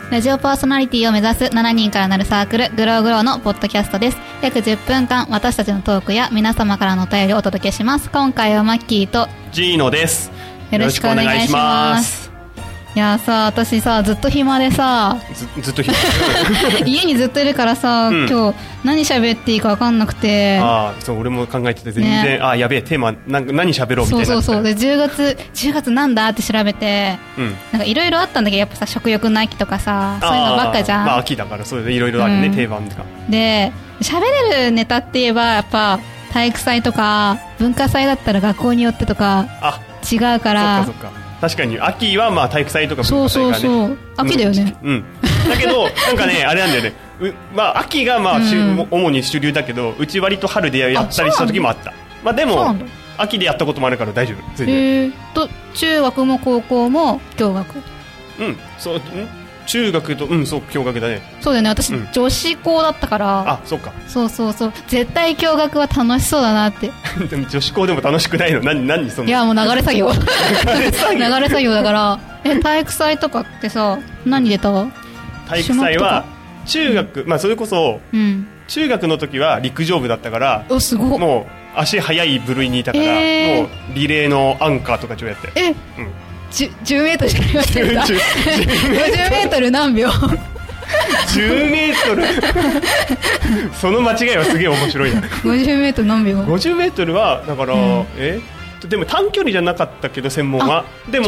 ラジオパーソナリティを目指す7人からなるサークルグローグローのポッドキャストです。約10分間私たちのトークや皆様からのお便りをお届けします。今回はマッキーとジーノです。 よろしくお願いします。いやさ、私さずっと暇でさずっと暇家にずっといるからさ、今日何喋っていいか分かんなくて、 そう俺も考えてて全然、ね、やべえテーマ何喋ろうみたいな。 そうで10月なんだって調べて、なんかいろいろあったんだけど、やっぱさ食欲の秋とかさそういうのばっかじゃん。 秋だからそういろいろあるね、定番とかで喋れるネタって言えばやっぱ体育祭とか文化祭だったら学校によってとか違うから。 そっか確かに秋はまあ体育祭とか文化祭がね、 そう秋だよね、 だけどなんかねあれなんだよね秋がまあ、主に主流だけど、うち割と春でやったりした時もあった。でも秋でやったこともあるから大丈夫。 中学も高校も共学。 そう中学とそう共学だね。 そうだよね、私、女子校だったから。 そうか。 そう絶対共学は楽しそうだなってでも女子校でも楽しくないの？何その。 いやもう流れ作業流れ作業だから体育祭とかってさ何出た？ 体育祭は中学、それこそ、中学の時は陸上部だったから、 すごいもう足速い部類にいたから、もうリレーのアンカーとかやって。 10メートルじゃないですか。50メートル何秒 10メートルその間違いはすげえ面白いな。 50メートル何秒 ？50メートルはだから、でも短距離じゃなかったけど専門はでも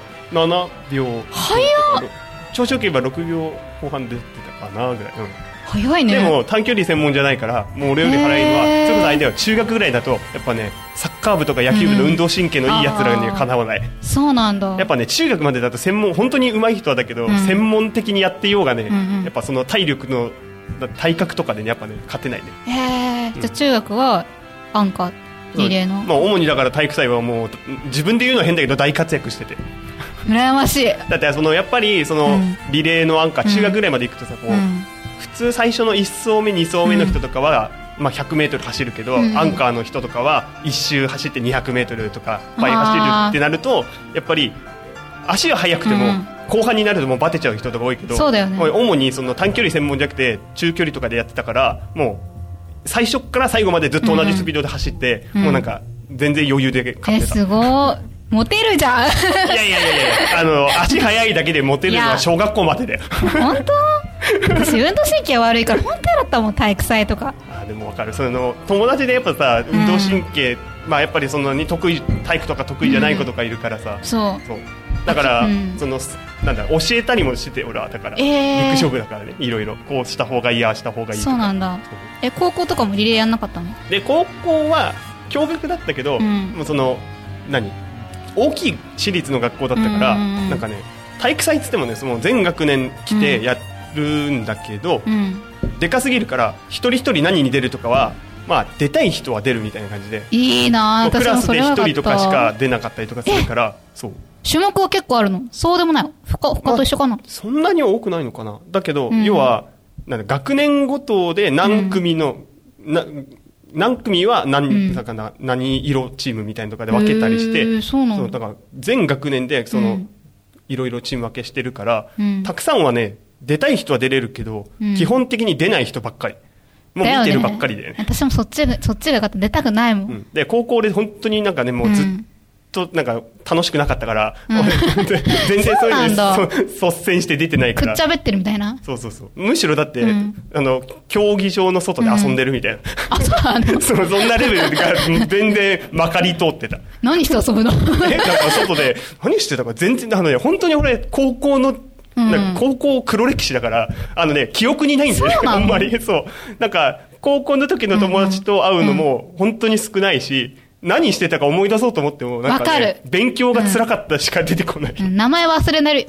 7秒。 早っ。 長距離は6秒後半出てたかなぐらい。 早いね。 でも短距離専門じゃないから、もう俺より早いのはそれこそ相手は中学ぐらいだとやっぱね、サッカー部とか野球部の運動神経のいいやつらにはかなわない。 そうなんだ。 やっぱね中学までだと専門本当に上手い人はだけど、専門的にやっていようがね、やっぱその体力の体格とかでねやっぱね勝てないね。 じゃあ中学はアンカーリレーの、 主にだから体育祭はもう自分で言うのは変だけど大活躍してて羨ましい。 だってやっぱりそのリレーのアンカー、中学ぐらいまで行くとさこう、普通最初の1走目2走目の人とかは、100メートル走るけど、アンカーの人とかは1周走って200メートルとか倍走るってなるとやっぱり足が速くても、後半になるともうバテちゃう人とか多いけど、 そうだよね、 主にその短距離専門じゃなくて中距離とかでやってたから、もう最初から最後までずっと同じスピードで走って、もうなんか全然余裕で勝ってた。 すごいモテるじゃん。いや足速いだけでモテるのは小学校までで。 本当？私運動神経悪いから本当だったもん体育祭とか。 でも分かる。その友達でやっぱさ運動神経、やっぱりそのに体育とか得意じゃない子とかいるからさ、 そうだから、そのなんだ教えたりもして俺はだから、陸上部だからね、いろいろこうした方がいいした方がいいとか。 そうなんだ。高校とかもリレーやんなかったの？で高校は共学だったけど、もうその大きい私立の学校だったから、なんかね体育祭っつってもねその全学年来てやるんだけど、でかすぎるから一人一人何に出るとかは出たい人は出るみたいな感じで、 いいな。 クラスで一人とかしか出なかったりとかするから。そう種目は結構あるの？そうでもない？他と一緒かな？ そんなに多くないのかな。だけど、要は学年ごとで何組の、何組は何色チームみたいなとかで分けたりして、そうだから全学年でその、いろいろチーム分けしてるから、たくさんはね出たい人は出れるけど、基本的に出ない人ばっかり、もう見てるばっかりで、 私もそっちがよかった。出たくないもん。 で高校で本当になんかねもうずっとなんか楽しくなかったから、全然そういうの率先して出てないから、 くっちゃべってるみたいな。 そうむしろだって、競技場の外で遊んでるみたいな、 そうなの？ そんなレベルが全然まかり通ってた。 何して遊ぶの？ なんか外で何してたか全然本当に俺高校の高校黒歴史だから記憶にないんだよね、あんまり。そうなんか高校の時の友達と会うのも本当に少ないし、何してたか思い出そうと思ってもなんかね、勉強が辛かったしか出てこない。 名前忘れる。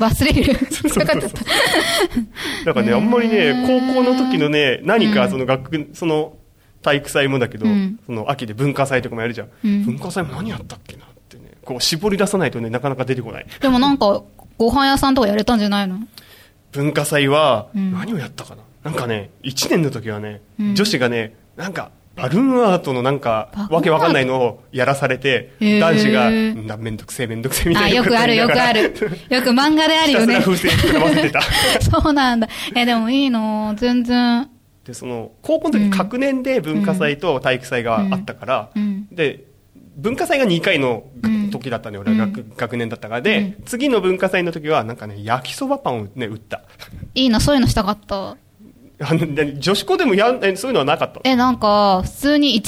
だからねあんまりね高校の時のね何かその体育祭もだけど、その秋で文化祭とかもやるじゃん。文化祭も何やったっけなってね、こう絞り出さないとねなかなか出てこない。 でもなんかご飯屋さんとかやれたんじゃないの？ 文化祭は何をやったかな。なんかね1年の時はね、女子がねなんかバルーンアートのなんかわけわかんないのをやらされて、男子がめんどくせえみたいな。 よくあるよくある。よく漫画であるよね。 ひたすら風船膨らませてた。 そうなんだ。でもいいの全然。 で、高校の時、学年で文化祭と体育祭があったから、で、文化祭が2回の時だったね、俺は学年だったから。で、次の文化祭の時は、なんかね、焼きそばパンをね、売った。 いいな、そういうのしたかった。 女子校でもそういうのはなかった？ なんか、普通に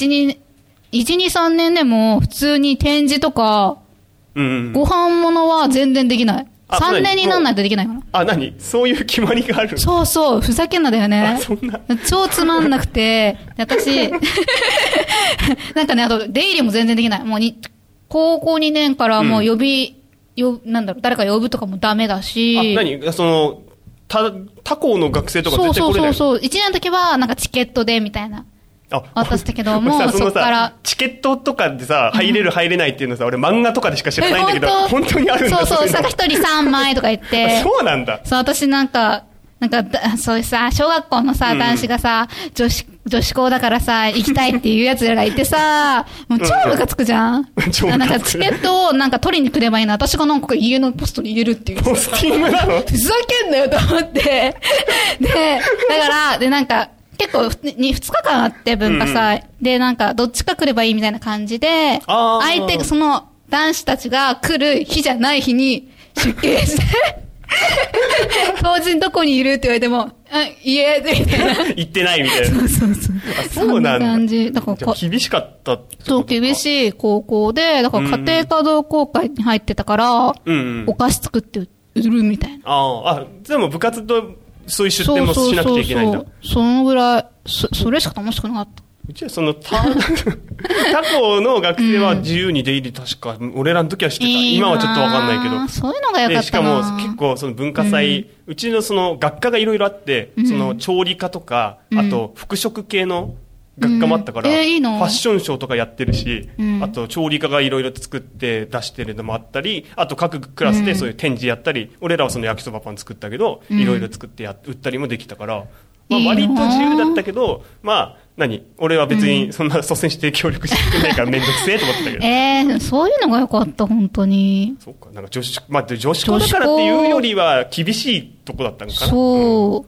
1、2、3年でも、普通に展示とか、ご飯物は全然できない。3年になんないとできないから。 何そういう決まりがある？ そうそう、ふざけんなだよね。 そんな。 超つまんなくて、私、なんかね、あと、出入りも全然できない。もう高校2年からもう誰か呼ぶとかもダメだし。 他校の学生とか絶対来れない。 そう。1年の時は、なんかチケットで、みたいな。渡したけど、もうそっから。 チケットとかでさ、入れる入れないっていうのさ、俺漫画とかでしか知らないんだけど、本当にあるんだ。 そう、一人3枚とか言って。 そうなんだ。 そう、私なんか、そういうさ、小学校のさ、男子がさ、女子校だからさ、行きたいっていうやつらがいてさ、もう超ムカつくじゃん。なんかチケットをなんか取りに来ればいいな。私がなんか家のポストに入れるっていう。 ポスティングなの？ ふざけんなよと思って。で、だから、なんか、結構2日間あって文化祭。で、なんか、どっちか来ればいいみたいな感じで、相手、男子たちが来る日じゃない日に出勤して、当時どこにいるって言われても、家で、みたいな。 行ってないみたいな。 そう。 そうなんだ。 感じ。だから厳しかったってことか。 そう、厳しい高校で、だから家庭科同好会に入ってたから、お菓子作って売るみたいな。 でも部活とそういう出店もしなくちゃいけないんだ。 そのぐらい、それしか楽しくなかった。 うちは他校の学生は自由に出入り確か、俺らの時はしてた。今はちょっとわかんないけど。 そういうのがよかったな。 しかも結構文化祭、うちの学科がいろいろあって、調理科とか、あと服飾系の学科もあったから、ファッションショーとかやってるし、あと調理科がいろいろ作って出してるのもあったり、あと各クラスでそういう展示やったり、俺らは焼きそばパン作ったけど、いろいろ作って売ったりもできたから、割と自由だったけど、俺は別にそんな率先して協力してないからめんどくせえと思ってたけど。 そういうのがよかった、本当に。 そうか、なんか女子校だからっていうよりは厳しいとこだったのかな。 そう。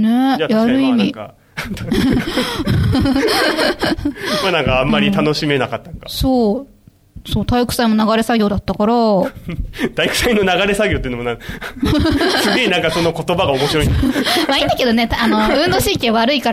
ね、 じゃあ確かになんか、なんかあんまり楽しめなかったんか。 そう、体育祭も流れ作業だったから。 体育祭の流れ作業っていうのもすげえなんかその言葉が面白い。 いいんだけどね、運動神経悪いから。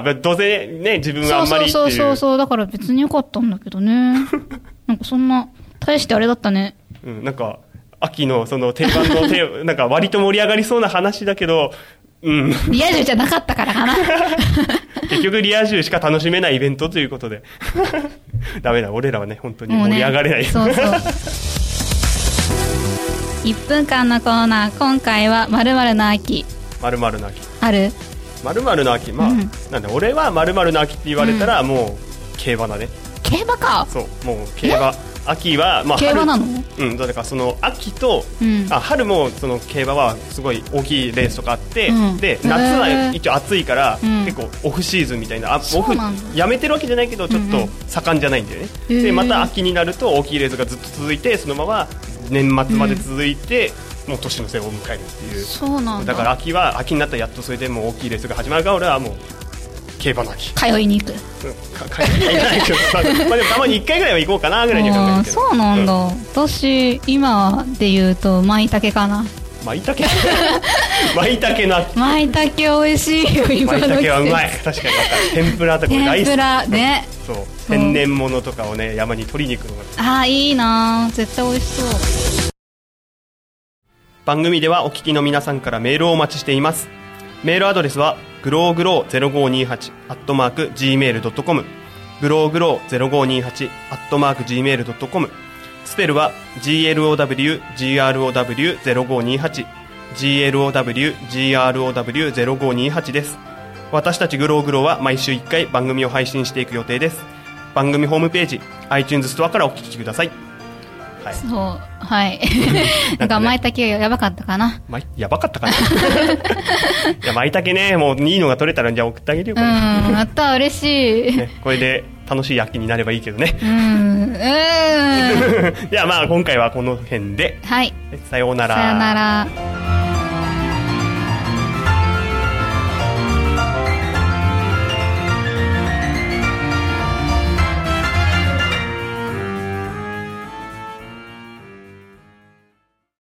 どうせね、自分はあんまりっていう。 そう、だから別によかったんだけどね。なんかそんな、大してあれだったね。 なんか、秋の定番のなんか割と盛り上がりそうな話だけど、 リア充じゃなかったからかな。 結局リア充しか楽しめないイベントということで。ダメだ、俺らはね、本当に盛り上がれない。 そう。1分間のコーナー、今回は〇〇の秋。 〇〇の秋。 ある？ 〇〇の秋。なんだ、俺は〇〇の秋って言われたら、もう、競馬だね。 競馬か。 そう、もう競馬。秋は、 競馬なの？ だから秋と、春も競馬はすごい大きいレースとかあって、で、夏は一応暑いから、結構オフシーズンみたいな、オフ、やめてるわけじゃないけど、ちょっと盛んじゃないんだよね。で、また秋になると大きいレースがずっと続いて、そのまま年末まで続いて、もう年の瀬を迎えるっていう。 そうなんだ。 だから秋になったらやっとそれでもう大きいレースが始まるから、俺はもう、競馬の秋。 通いに行く。 通いに行かないけど、でもたまに1回ぐらいは行こうかなぐらいには考えるけど。 そうなんだ。私、今で言うと、舞茸かな。 舞茸舞茸の秋。 舞茸美味しいよ、今の季節。 舞茸はうまい。確かに天ぷらとか大好き。 天ぷらね。 そう。天然物とかをね、山に取りに行くのが。 いいな、絶対美味しそう。 番組ではお聞きの皆さんからメールをお待ちしています。メールアドレスはグローグロー0528 @gmail.com グローグロー0528 @gmail.com スペルは glowgrow0528 glowgrow0528 です。私たちグローグローは毎週1回番組を配信していく予定です。番組ホームページ iTunes ストアからお聞きください。 はい、 そう、はい。なんか舞茸やばかったかな。 やばかったかな。いや、舞茸ね、もういいのが取れたら、じゃあ送ってあげるよ。 やった、嬉しい、 ね。これで楽しい秋になればいいけどね。じゃあまあ今回はこの辺で。 はい。 さようなら。 さようなら。